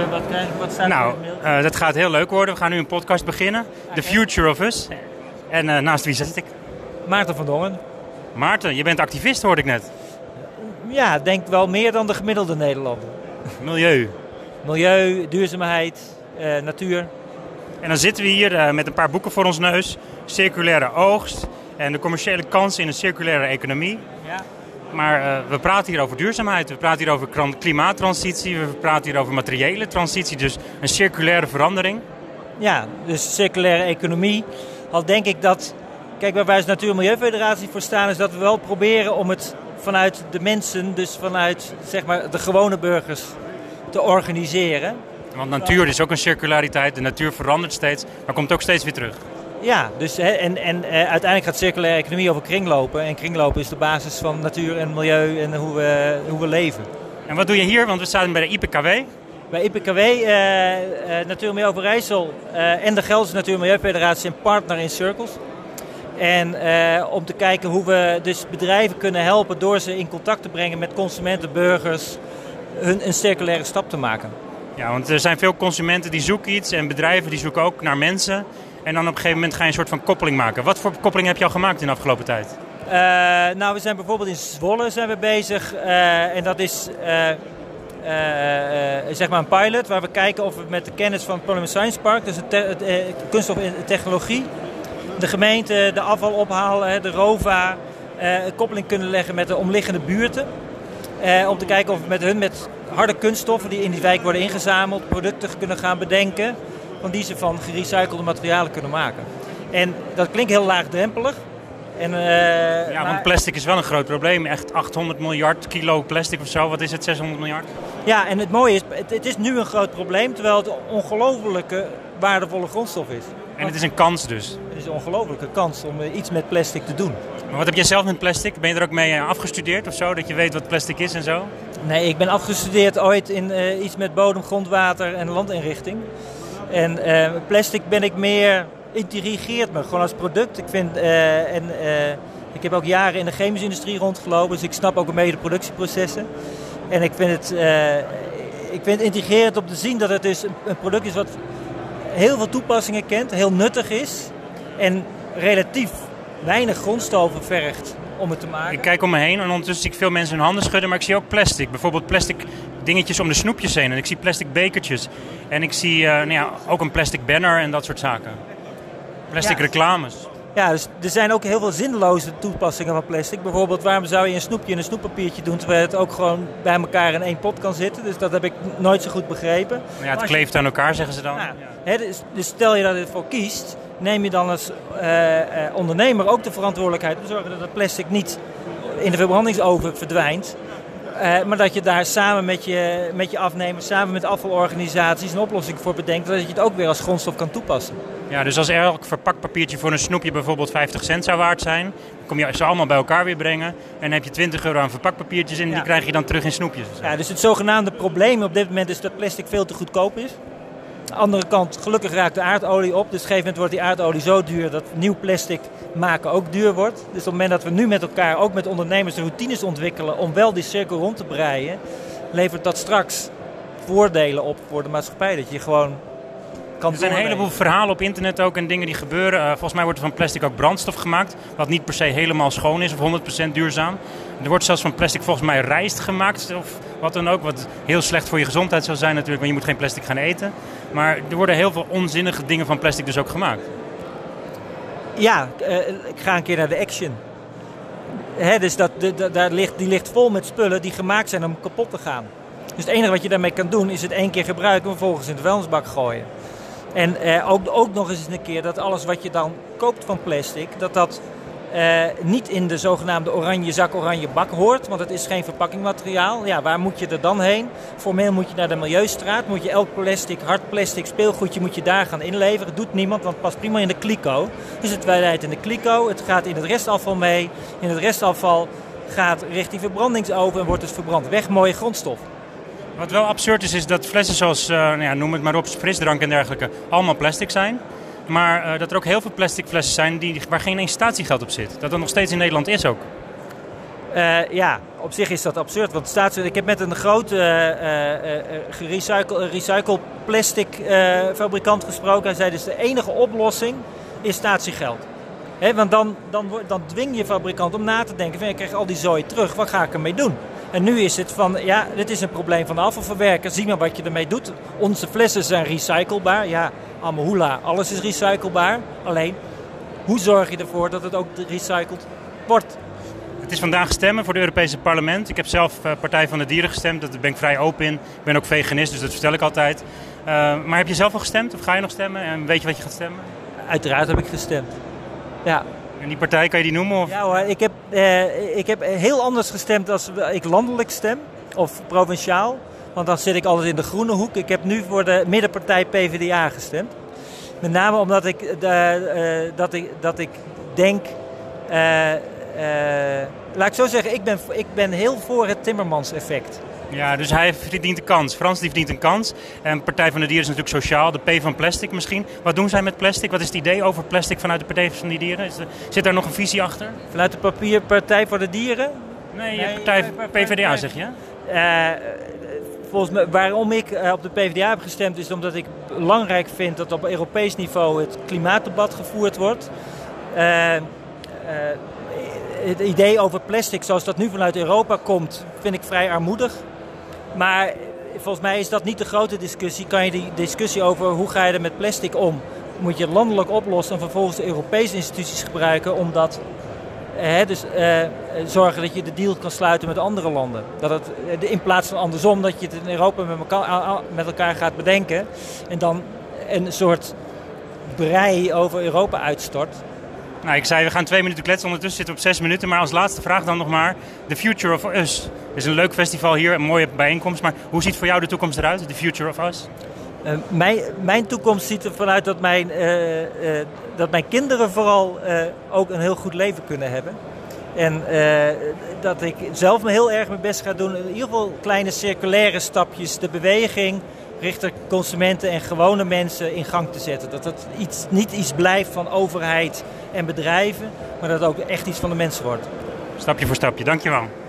Wat staat er in de mail? Dat gaat heel leuk worden. We gaan nu een podcast beginnen. The Future of Us. En naast wie zit ik? Maarten van Dongen. Maarten, je bent activist, hoorde ik net. Ja, denk wel meer dan de gemiddelde Nederlander. Milieu, duurzaamheid, natuur. En dan zitten we hier met een paar boeken voor ons neus. Circulaire oogst en de commerciële kansen in een circulaire economie. Ja. Maar we praten hier over duurzaamheid, we praten hier over klimaattransitie, we praten hier over materiële transitie, dus een circulaire verandering. Ja, dus circulaire economie. Al denk ik dat, kijk, waar wij als Natuur- en Milieufederatie voor staan, is dat we wel proberen om het vanuit de mensen, dus vanuit zeg maar de gewone burgers, te organiseren. Want natuur is ook een circulariteit, de natuur verandert steeds, maar komt ook steeds weer terug. Ja, dus, uiteindelijk gaat circulaire economie over kringlopen. En kringlopen is de basis van natuur en milieu en hoe we leven. En wat doe je hier? Want we staan bij de IPKW. Bij IPKW, Natuur en Milieu Overijssel en de Gelderse Natuur- en Milieufederatie zijn partner in Circles. En om te kijken hoe we dus bedrijven kunnen helpen door ze in contact te brengen met consumenten, burgers, hun een circulaire stap te maken. Ja, want er zijn veel consumenten die zoeken iets en bedrijven die zoeken ook naar mensen. En dan op een gegeven moment ga je een soort van koppeling maken. Wat voor koppeling heb je al gemaakt in de afgelopen tijd? We zijn bijvoorbeeld in Zwolle zijn we bezig. En dat is zeg maar een pilot waar we kijken of we met de kennis van het Polymer Science Park, dus kunststof en technologie, de gemeente, de afvalophaal, de ROVA, een koppeling kunnen leggen met de omliggende buurten. Om te kijken of we met hun met harde kunststoffen die in die wijk worden ingezameld, producten kunnen gaan bedenken van die ze van gerecyclede materialen kunnen maken. En dat klinkt heel laagdrempelig. Want plastic is wel een groot probleem. Echt 800 miljard kilo plastic of zo. Wat is het, 600 miljard? Ja, en het mooie is, het is nu een groot probleem, terwijl het een ongelofelijke waardevolle grondstof is. En het is een kans dus? Het is een ongelofelijke kans om iets met plastic te doen. Maar wat heb jij zelf met plastic? Ben je er ook mee afgestudeerd of zo? Dat je weet wat plastic is en zo? Nee, ik ben afgestudeerd ooit in iets met bodem, grondwater en landinrichting. En plastic ben ik meer, intrigeert me gewoon als product. Ik heb ook jaren in de chemische industrie rondgelopen, dus ik snap ook een beetje de productieprocessen. En ik vind het intrigerend om te zien dat het dus een product is wat heel veel toepassingen kent, heel nuttig is en relatief weinig grondstoffen vergt om het te maken. Ik kijk om me heen en ondertussen zie ik veel mensen hun handen schudden, maar ik zie ook plastic. Bijvoorbeeld plastic dingetjes om de snoepjes heen. En ik zie plastic bekertjes. En ik zie ook een plastic banner en dat soort zaken. Plastic reclames. Ja, dus er zijn ook heel veel zinloze toepassingen van plastic. Bijvoorbeeld, waarom zou je een snoepje in een snoeppapiertje doen, terwijl het ook gewoon bij elkaar in één pot kan zitten. Dus dat heb ik nooit zo goed begrepen. Ja, het kleeft aan elkaar, zeggen ze dan. Dus stel je dat je ervoor kiest, neem je dan als ondernemer ook de verantwoordelijkheid om te zorgen dat het plastic niet in de verbrandingsoven verdwijnt. Maar dat je daar samen met je afnemers, samen met afvalorganisaties een oplossing voor bedenkt, dat je het ook weer als grondstof kan toepassen. Ja, dus als elk verpakpapiertje voor een snoepje bijvoorbeeld 50 cent zou waard zijn, dan kom je ze allemaal bij elkaar weer brengen en dan heb je 20 euro aan verpakpapiertjes en die krijg je dan terug in snoepjes. Ja, dus het zogenaamde probleem op dit moment is dat plastic veel te goedkoop is. Aan de andere kant, gelukkig raakt de aardolie op. Dus op een gegeven moment wordt die aardolie zo duur dat nieuw plastic maken ook duur wordt. Dus op het moment dat we nu met elkaar, ook met ondernemers, de routines ontwikkelen om wel die cirkel rond te breien, levert dat straks voordelen op voor de maatschappij. Dat je gewoon kan er zijn een heleboel verhalen op internet ook en dingen die gebeuren. Volgens mij wordt er van plastic ook brandstof gemaakt, wat niet per se helemaal schoon is of 100% duurzaam. Er wordt zelfs van plastic volgens mij rijst gemaakt of wat dan ook, wat heel slecht voor je gezondheid zou zijn natuurlijk, want je moet geen plastic gaan eten. Maar er worden heel veel onzinnige dingen van plastic dus ook gemaakt. Ja, ik ga een keer naar de Action. Dus die ligt vol met spullen die gemaakt zijn om kapot te gaan. Dus het enige wat je daarmee kan doen is het 1 keer gebruiken en vervolgens in de vuilnisbak gooien. En ook nog eens een keer dat alles wat je dan koopt van plastic, dat niet in de zogenaamde oranje zak, oranje bak hoort. Want het is geen verpakkingmateriaal. Ja, waar moet je er dan heen? Formeel moet je naar de Milieustraat. Moet je elk plastic, hard plastic, speelgoedje moet je daar gaan inleveren. Dat doet niemand, want het past prima in de kliko. Dus het rijdt in de kliko, het gaat in het restafval mee. In het restafval gaat richting verbrandingsoven en wordt dus verbrand. Weg, mooie grondstof. Wat wel absurd is dat flessen zoals, noem het maar op, frisdrank en dergelijke, allemaal plastic zijn. Maar dat er ook heel veel plastic flessen zijn waar geen eens statiegeld op zit. Dat nog steeds in Nederland is ook. op zich is dat absurd. Want ik heb met een grote recycle plastic fabrikant gesproken. Hij zei dus de enige oplossing is statiegeld. Want dan dwing je fabrikant om na te denken. Van, ik krijg al die zooi terug, wat ga ik ermee doen? En nu is het van, ja, dit is een probleem van de afvalverwerker. Zie maar wat je ermee doet. Onze flessen zijn recyclebaar. Ja, Amahula, alles is recyclebaar. Alleen, hoe zorg je ervoor dat het ook gerecycled wordt? Het is vandaag stemmen voor het Europese parlement. Ik heb zelf Partij van de Dieren gestemd. Daar ben ik vrij open in. Ik ben ook veganist, dus dat vertel ik altijd. Maar heb je zelf al gestemd of ga je nog stemmen? En weet je wat je gaat stemmen? Uiteraard heb ik gestemd. Ja. En die partij, kan je die noemen? Of? Ja hoor, ik heb heel anders gestemd als ik landelijk stem. Of provinciaal. Want dan zit ik altijd in de groene hoek. Ik heb nu voor de middenpartij PvdA gestemd. Met name omdat ik denk... laat ik zo zeggen, ik ben heel voor het Timmermans-effect. Ja, dus hij verdient een kans. Frans die verdient een kans. En Partij van de Dieren is natuurlijk sociaal. De P van plastic misschien. Wat doen zij met plastic? Wat is het idee over plastic vanuit de Partij van de Dieren? Zit daar nog een visie achter? Vanuit de Partij voor de Dieren? Nee, Partij PvdA zeg je? Volgens mij, waarom ik op de PvdA heb gestemd is omdat ik belangrijk vind dat op Europees niveau het klimaatdebat gevoerd wordt. Het idee over plastic zoals dat nu vanuit Europa komt, vind ik vrij armoedig. Maar volgens mij is dat niet de grote discussie. Kan je die discussie over hoe ga je er met plastic om, moet je landelijk oplossen en vervolgens de Europese instituties gebruiken om dat... zorgen dat je de deal kan sluiten met andere landen. Dat het, in plaats van andersom, dat je het in Europa met elkaar gaat bedenken en dan een soort brei over Europa uitstort. Nou, ik zei, we gaan 2 minuten kletsen. Ondertussen zitten we op 6 minuten. Maar als laatste vraag dan nog maar. The Future of Us. Het is een leuk festival hier, een mooie bijeenkomst. Maar hoe ziet voor jou de toekomst eruit? The Future of Us? Mijn toekomst ziet er vanuit dat mijn kinderen vooral ook een heel goed leven kunnen hebben. En dat ik zelf me heel erg mijn best ga doen. In ieder geval kleine circulaire stapjes. De beweging richting consumenten en gewone mensen in gang te zetten. Dat het niet iets blijft van overheid en bedrijven. Maar dat het ook echt iets van de mensen wordt. Stapje voor stapje. Dankjewel.